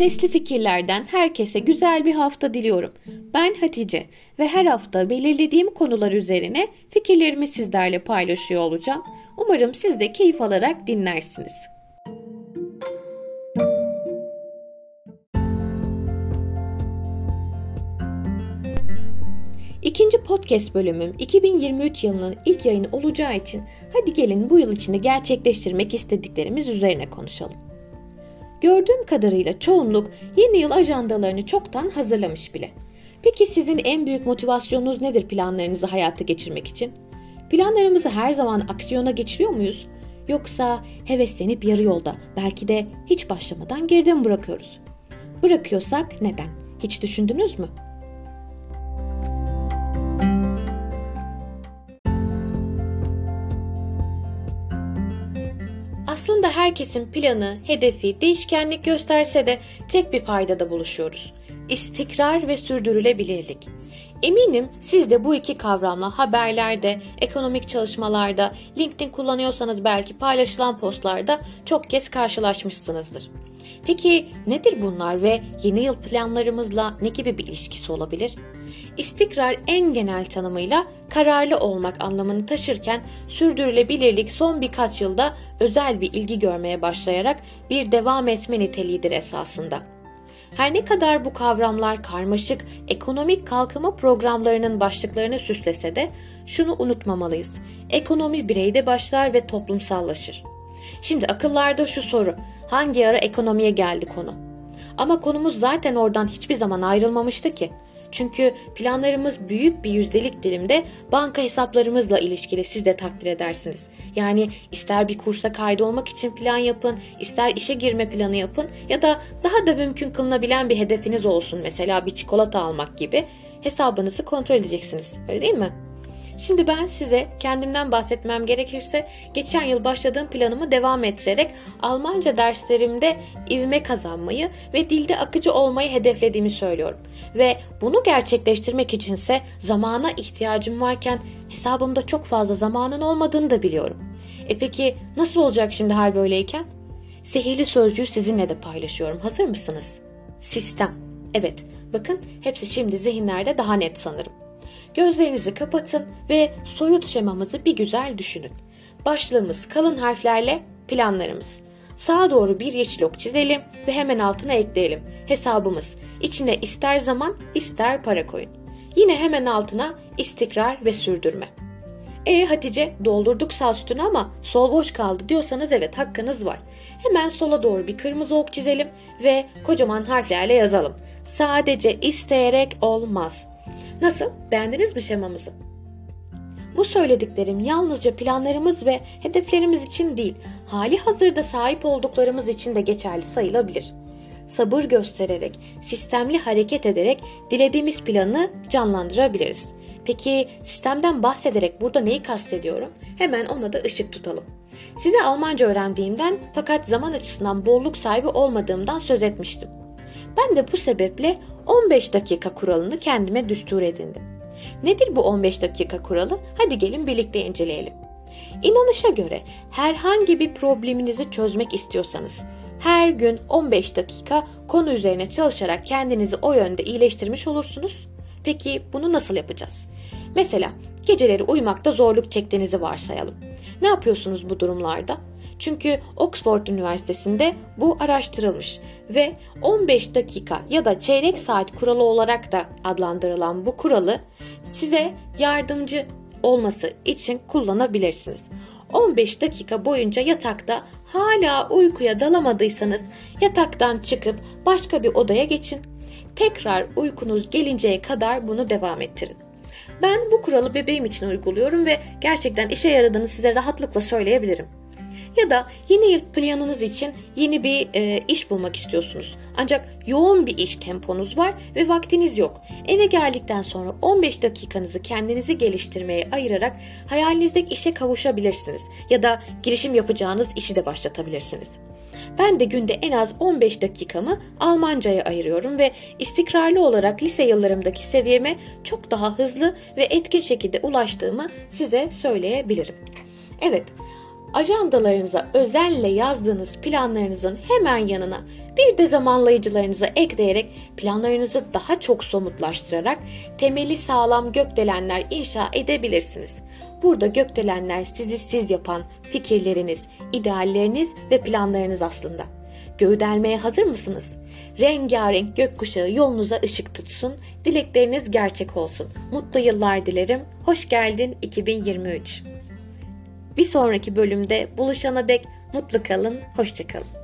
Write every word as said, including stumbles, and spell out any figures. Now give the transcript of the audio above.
Sesli Fikirler'den herkese güzel bir hafta diliyorum. Ben Hatice ve her hafta belirlediğim konular üzerine fikirlerimi sizlerle paylaşıyor olacağım. Umarım siz de keyif alarak dinlersiniz. İkinci podcast bölümüm iki bin yirmi üç yılının ilk yayını olacağı için hadi gelin bu yıl içinde gerçekleştirmek istediklerimiz üzerine konuşalım. Gördüğüm kadarıyla çoğunluk yeni yıl ajandalarını çoktan hazırlamış bile. Peki sizin en büyük motivasyonunuz nedir planlarınızı hayata geçirmek için? Planlarımızı her zaman aksiyona geçiriyor muyuz? Yoksa heveslenip yarı yolda, belki de hiç başlamadan geride mi bırakıyoruz? Bırakıyorsak neden? Hiç düşündünüz mü? Aslında herkesin planı, hedefi, değişkenlik gösterse de tek bir paydada buluşuyoruz. İstikrar ve sürdürülebilirlik. Eminim siz de bu iki kavramla haberlerde, ekonomik çalışmalarda, LinkedIn kullanıyorsanız belki paylaşılan postlarda çok kez karşılaşmışsınızdır. Peki nedir bunlar ve yeni yıl planlarımızla ne gibi bir ilişkisi olabilir? İstikrar en genel tanımıyla kararlı olmak anlamını taşırken sürdürülebilirlik son birkaç yılda özel bir ilgi görmeye başlayarak bir devam etme niteliğidir esasında. Her ne kadar bu kavramlar karmaşık ekonomik kalkınma programlarının başlıklarını süslese de şunu unutmamalıyız. Ekonomi bireyde başlar ve toplumsallaşır. Şimdi akıllarda şu soru: hangi ara ekonomiye geldi konu? Ama konumuz zaten oradan hiçbir zaman ayrılmamıştı ki. Çünkü planlarımız büyük bir yüzdelik dilimde banka hesaplarımızla ilişkili, siz de takdir edersiniz. Yani ister bir kursa kaydolmak için plan yapın, ister işe girme planı yapın ya da daha da mümkün kılınabilen bir hedefiniz olsun, mesela bir çikolata almak gibi, hesabınızı kontrol edeceksiniz. Öyle değil mi? Şimdi ben size kendimden bahsetmem gerekirse geçen yıl başladığım planımı devam ettirerek Almanca derslerimde ivme kazanmayı ve dilde akıcı olmayı hedeflediğimi söylüyorum. Ve bunu gerçekleştirmek içinse zamana ihtiyacım varken hesabımda çok fazla zamanın olmadığını da biliyorum. E peki nasıl olacak şimdi hal böyleyken? Sihirli sözcüğü sizinle de paylaşıyorum. Hazır mısınız? Sistem. Evet, bakın hepsi şimdi zihinlerde daha net sanırım. Gözlerinizi kapatın ve soyut şemamızı bir güzel düşünün. Başlığımız kalın harflerle planlarımız. Sağa doğru bir yeşil ok çizelim ve hemen altına ekleyelim. Hesabımız. İçine ister zaman ister para koyun. Yine hemen altına istikrar ve sürdürme. E Hatice, doldurduk sağ sütunu ama sol boş kaldı diyorsanız evet, hakkınız var. Hemen sola doğru bir kırmızı ok çizelim ve kocaman harflerle yazalım. Sadece isteyerek olmaz. Nasıl? Beğendiniz mi şemamızı? Bu söylediklerim yalnızca planlarımız ve hedeflerimiz için değil, hali hazırda sahip olduklarımız için de geçerli sayılabilir. Sabır göstererek, sistemli hareket ederek dilediğimiz planı canlandırabiliriz. Peki sistemden bahsederek burada neyi kastediyorum? Hemen ona da ışık tutalım. Size Almanca öğrendiğimden fakat zaman açısından bolluk sahibi olmadığımdan söz etmiştim. Ben de bu sebeple on beş dakika kuralını kendime düstur edindim. Nedir bu on beş dakika kuralı? Hadi gelin birlikte inceleyelim. İnanışa göre herhangi bir probleminizi çözmek istiyorsanız her gün on beş dakika konu üzerine çalışarak kendinizi o yönde iyileştirmiş olursunuz. Peki bunu nasıl yapacağız? Mesela geceleri uyumakta zorluk çektiğinizi varsayalım. Ne yapıyorsunuz bu durumlarda? Çünkü Oxford Üniversitesi'nde bu araştırılmış ve on beş dakika ya da çeyrek saat kuralı olarak da adlandırılan bu kuralı size yardımcı olması için kullanabilirsiniz. on beş dakika boyunca yatakta hala uykuya dalamadıysanız yataktan çıkıp başka bir odaya geçin. Tekrar uykunuz gelinceye kadar bunu devam ettirin. Ben bu kuralı bebeğim için uyguluyorum ve gerçekten işe yaradığını size rahatlıkla söyleyebilirim. Ya da yeni yıl planınız için yeni bir e, iş bulmak istiyorsunuz. Ancak yoğun bir iş temponuz var ve vaktiniz yok. Eve geldikten sonra on beş dakikanızı kendinizi geliştirmeye ayırarak hayalinizdeki işe kavuşabilirsiniz. Ya da girişim yapacağınız işi de başlatabilirsiniz. Ben de günde en az on beş dakikamı Almanca'ya ayırıyorum ve istikrarlı olarak lise yıllarımdaki seviyeme çok daha hızlı ve etkin şekilde ulaştığımı size söyleyebilirim. Evet, Ajandalarınıza özenle yazdığınız planlarınızın hemen yanına bir de zamanlayıcılarınızı ekleyerek planlarınızı daha çok somutlaştırarak temeli sağlam gökdelenler inşa edebilirsiniz. Burada gökdelenler sizi siz yapan fikirleriniz, idealleriniz ve planlarınız aslında. Göğü delmeye hazır mısınız? Rengarenk gökkuşağı yolunuza ışık tutsun, dilekleriniz gerçek olsun. Mutlu yıllar dilerim. Hoş geldin iki bin yirmi üç. Bir sonraki bölümde buluşana dek mutlu kalın, hoşça kalın.